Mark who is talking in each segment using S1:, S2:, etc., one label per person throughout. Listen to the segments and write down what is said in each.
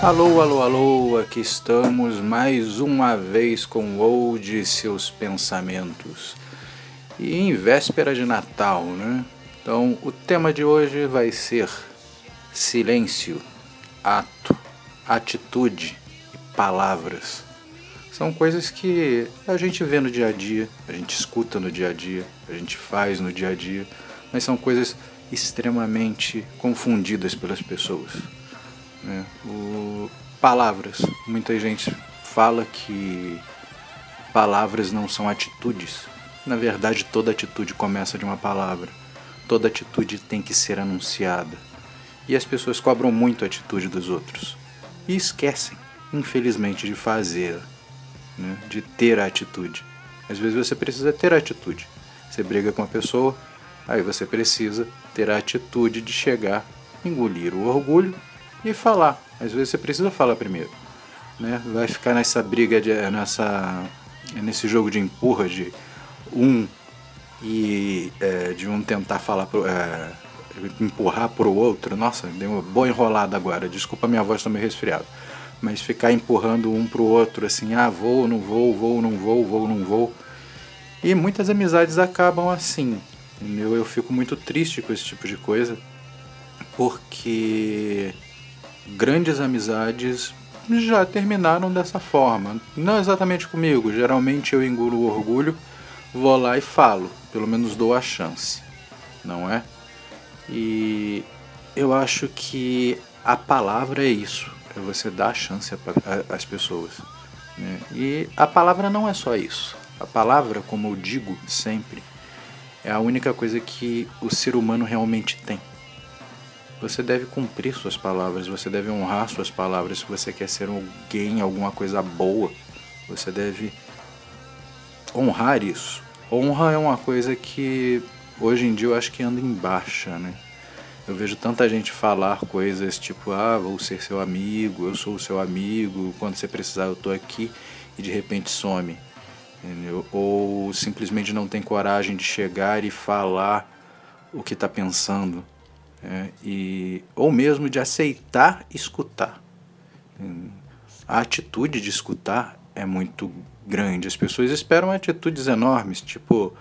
S1: Alô, alô, alô, aqui estamos mais uma vez com Old e seus pensamentos. E em véspera de Natal, né? Então o tema de hoje vai ser silêncio, ato, atitude e palavras. São coisas que a gente vê no dia a dia, a gente escuta no dia a dia, a gente faz no dia a dia, mas são coisas extremamente confundidas pelas pessoas. Né? Palavras. Muita gente fala que palavras não são atitudes. Na verdade, toda atitude começa de uma palavra. Toda atitude tem que ser anunciada. E as pessoas cobram muito a atitude dos outros. E esquecem, infelizmente, de fazer, né? De ter a atitude. Às vezes você precisa ter a atitude. Você briga com uma pessoa, aí você precisa ter a atitude de chegar, engolir o orgulho e falar. Às vezes você precisa falar primeiro, né? Vai ficar nessa briga, nesse jogo de empurra de tentar falar empurrar pro outro. Nossa, deu uma boa enrolada agora. Desculpa, minha voz tá meio resfriada. Mas ficar empurrando um pro outro assim, vou, não vou, vou, não vou, vou, não vou. E muitas amizades acabam assim. Entendeu? Eu fico muito triste com esse tipo de coisa, porque grandes amizades já terminaram dessa forma. Não exatamente comigo, geralmente eu engulo o orgulho, vou lá e falo, pelo menos dou a chance, não é? E eu acho que a palavra é isso, é você dar a chance às pessoas, né? E a palavra não é só isso. A palavra, como eu digo sempre, é a única coisa que o ser humano realmente tem. Você deve cumprir suas palavras, você deve honrar suas palavras. Se você quer ser alguém, alguma coisa boa, você deve honrar isso. Honra é uma coisa que hoje em dia eu acho que anda em baixa, né? Eu vejo tanta gente falar coisas tipo, vou ser seu amigo, eu sou o seu amigo, quando você precisar eu tô aqui, e de repente some, entendeu? Ou simplesmente não tem coragem de chegar e falar o que tá pensando. Ou mesmo de aceitar escutar. A atitude de escutar é muito grande. As pessoas esperam atitudes enormes, tipo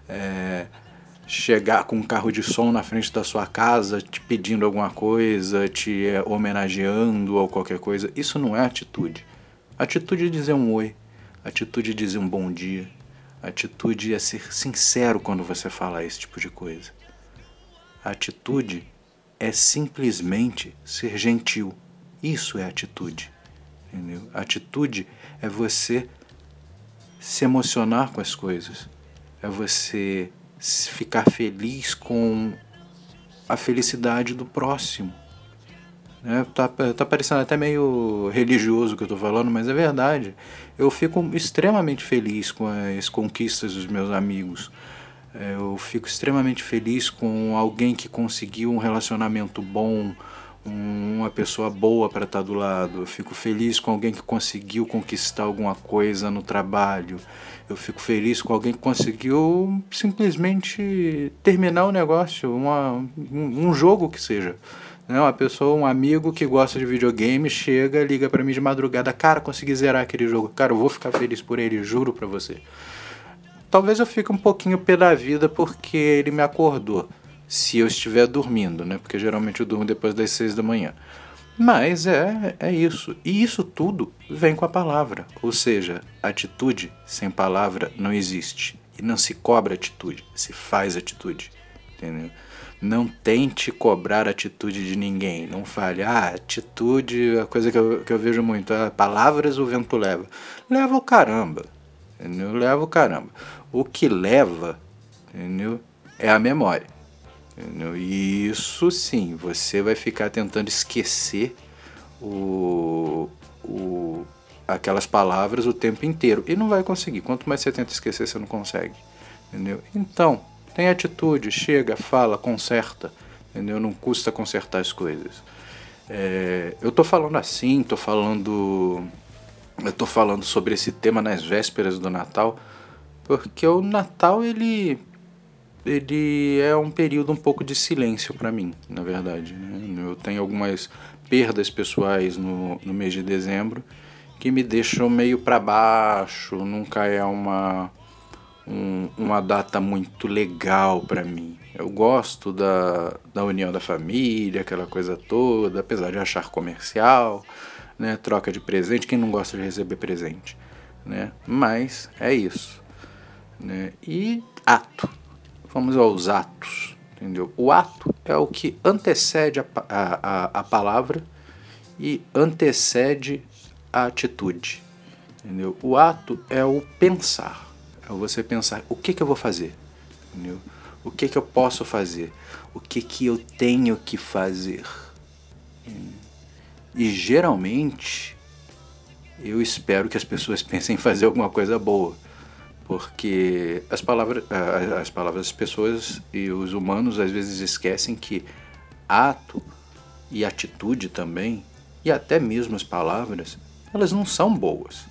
S1: chegar com um carro de som na frente da sua casa, te pedindo alguma coisa, te homenageando ou qualquer coisa. Isso não é atitude. Atitude é dizer um oi, atitude é dizer um bom dia, atitude é ser sincero quando você fala esse tipo de coisa. Atitude é simplesmente ser gentil. Isso é atitude. Entendeu? Atitude é você se emocionar com as coisas. É você ficar feliz com a felicidade do próximo. Tá parecendo até meio religioso o que eu tô falando, mas é verdade. Eu fico extremamente feliz com as conquistas dos meus amigos. Eu fico extremamente feliz com alguém que conseguiu um relacionamento bom, uma pessoa boa para estar do lado. Eu fico feliz com alguém que conseguiu conquistar alguma coisa no trabalho. Eu fico feliz com alguém que conseguiu simplesmente terminar o negócio, um jogo que seja. Uma pessoa, um amigo que gosta de videogame, chega, liga para mim de madrugada, cara, consegui zerar aquele jogo. Cara, eu vou ficar feliz por ele, juro pra você. Talvez eu fique um pouquinho pé da vida porque ele me acordou, se eu estiver dormindo, né? Porque geralmente eu durmo depois das 6 da manhã. Mas é isso. E isso tudo vem com a palavra. Ou seja, atitude sem palavra não existe. E não se cobra atitude, se faz atitude. Entendeu? Não tente cobrar atitude de ninguém. Não fale, atitude, a coisa que eu vejo muito, palavras o vento leva. Leva o caramba. Entendeu? Leva o caramba. O que leva, entendeu? É a memória. Entendeu? E isso sim, você vai ficar tentando esquecer aquelas palavras o tempo inteiro. E não vai conseguir. Quanto mais você tenta esquecer, você não consegue. Entendeu? Então, tem atitude, chega, fala, conserta. Entendeu? Não custa consertar as coisas. Eu tô falando assim, eu tô falando sobre esse tema nas vésperas do Natal, porque o Natal ele é um período um pouco de silêncio para mim, na verdade, né? Eu tenho algumas perdas pessoais no mês de dezembro que me deixam meio para baixo, nunca é uma data muito legal para mim. Eu gosto da união da família, aquela coisa toda, apesar de achar comercial, né? Troca de presente, quem não gosta de receber presente, né? Mas é isso, né? E ato, vamos aos atos, entendeu? O ato é o que antecede a palavra e antecede a atitude, entendeu? O ato é o pensar, é você pensar, o que eu vou fazer, entendeu? O que eu posso fazer, o que eu tenho que fazer. E geralmente eu espero que as pessoas pensem em fazer alguma coisa boa, porque as palavras, as pessoas e os humanos às vezes esquecem que ato e atitude também, e até mesmo as palavras, elas não são boas.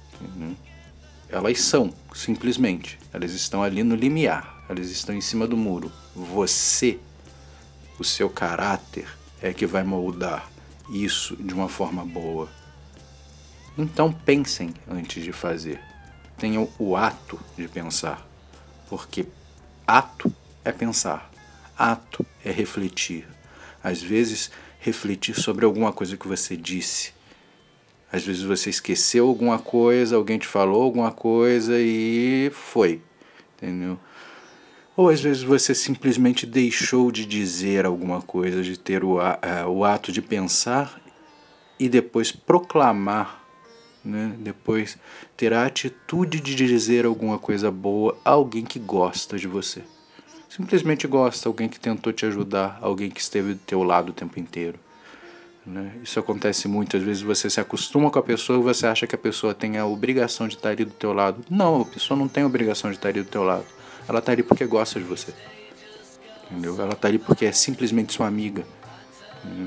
S1: Elas são, simplesmente. Elas estão ali no limiar, elas estão em cima do muro. Você, o seu caráter, é que vai moldar isso de uma forma boa. Então pensem antes de fazer. Tenham o ato de pensar, porque ato é pensar, ato é refletir. Às vezes, refletir sobre alguma coisa que você disse. Às vezes você esqueceu alguma coisa, alguém te falou alguma coisa e foi, entendeu? Ou às vezes você simplesmente deixou de dizer alguma coisa, de ter o ato de pensar e depois proclamar, né? Depois ter a atitude de dizer alguma coisa boa a alguém que gosta de você. Simplesmente gosta, alguém que tentou te ajudar, alguém que esteve do teu lado o tempo inteiro. Né? Isso acontece muito, às vezes você se acostuma com a pessoa e você acha que a pessoa tem a obrigação de estar ali do teu lado. Não, a pessoa não tem a obrigação de estar ali do teu lado. Ela está ali porque gosta de você. Entendeu? Ela está ali porque é simplesmente sua amiga. Entendeu?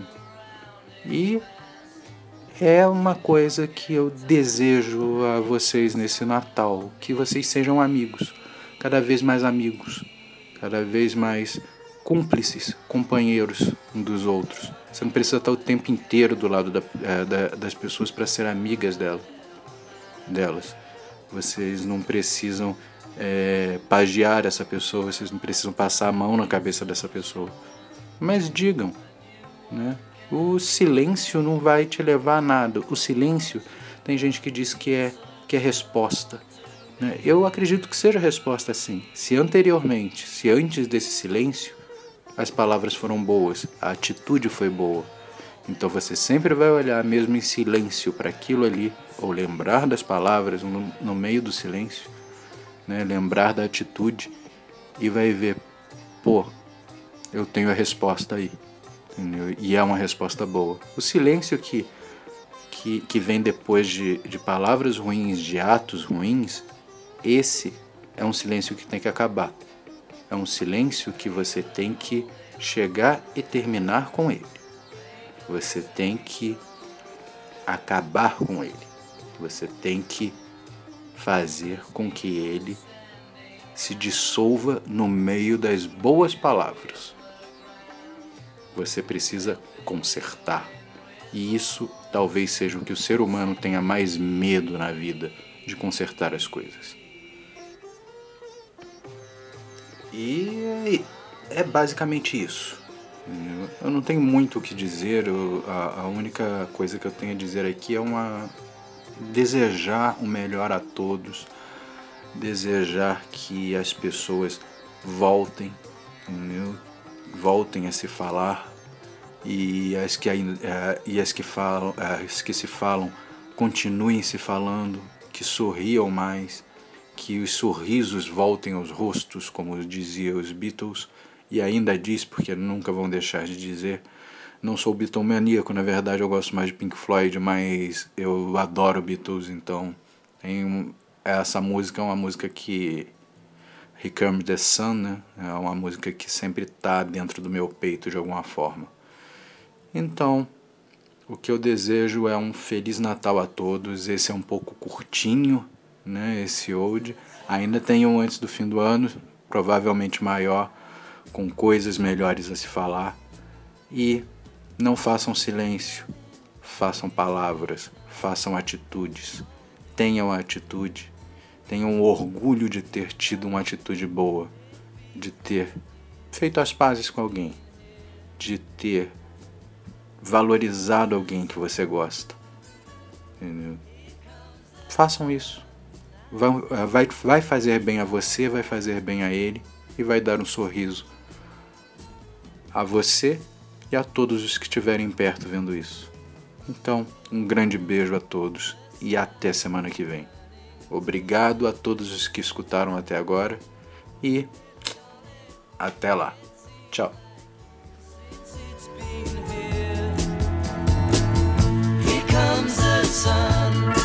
S1: E é uma coisa que eu desejo a vocês nesse Natal, que vocês sejam amigos, cada vez mais amigos, cada vez mais cúmplices, companheiros um dos outros. Você não precisa estar o tempo inteiro do lado das pessoas para ser amigas delas. Vocês não precisam pagiar essa pessoa, vocês não precisam passar a mão na cabeça dessa pessoa. Mas digam, né? O silêncio não vai te levar a nada. O silêncio, tem gente que diz que é resposta. Né? Eu acredito que seja resposta sim. Se antes desse silêncio, as palavras foram boas, a atitude foi boa. Então você sempre vai olhar mesmo em silêncio para aquilo ali, ou lembrar das palavras no meio do silêncio, né? Lembrar da atitude e vai ver, pô, eu tenho a resposta aí. Entendeu? E é uma resposta boa. O silêncio que vem depois de palavras ruins, de atos ruins, esse é um silêncio que tem que acabar. É um silêncio que você tem que chegar e terminar com ele. Você tem que acabar com ele. Você tem que fazer com que ele se dissolva no meio das boas palavras. Você precisa consertar. E isso talvez seja o que o ser humano tenha mais medo na vida, de consertar as coisas. E é basicamente isso. Eu não tenho muito o que dizer, a única coisa que eu tenho a dizer aqui é desejar o melhor a todos, desejar que as pessoas voltem, entendeu? Voltem a se falar e as que se falam continuem se falando, que sorriam mais, que os sorrisos voltem aos rostos, como dizia os Beatles, e ainda diz, porque nunca vão deixar de dizer. Não sou Beatlemaníaco, na verdade eu gosto mais de Pink Floyd, mas eu adoro Beatles, então essa música é uma música que Here Comes the Sun, né? É uma música que sempre está dentro do meu peito de alguma forma. Então, o que eu desejo é um Feliz Natal a todos. Esse é um pouco curtinho, né? Esse old. Ainda tem um antes do fim do ano, provavelmente maior, com coisas melhores a se falar. E Não façam silêncio, façam palavras, façam atitudes. Tenham a atitude, tenham o orgulho de ter tido uma atitude boa, de ter feito as pazes com alguém, de ter valorizado alguém que você gosta. Entendeu? Façam isso. Vai fazer bem a você, vai fazer bem a ele e vai dar um sorriso a você e a todos os que estiverem perto vendo isso. Então, um grande beijo a todos e até semana que vem. Obrigado a todos os que escutaram até agora e até lá. Tchau.
S2: Here comes the sun.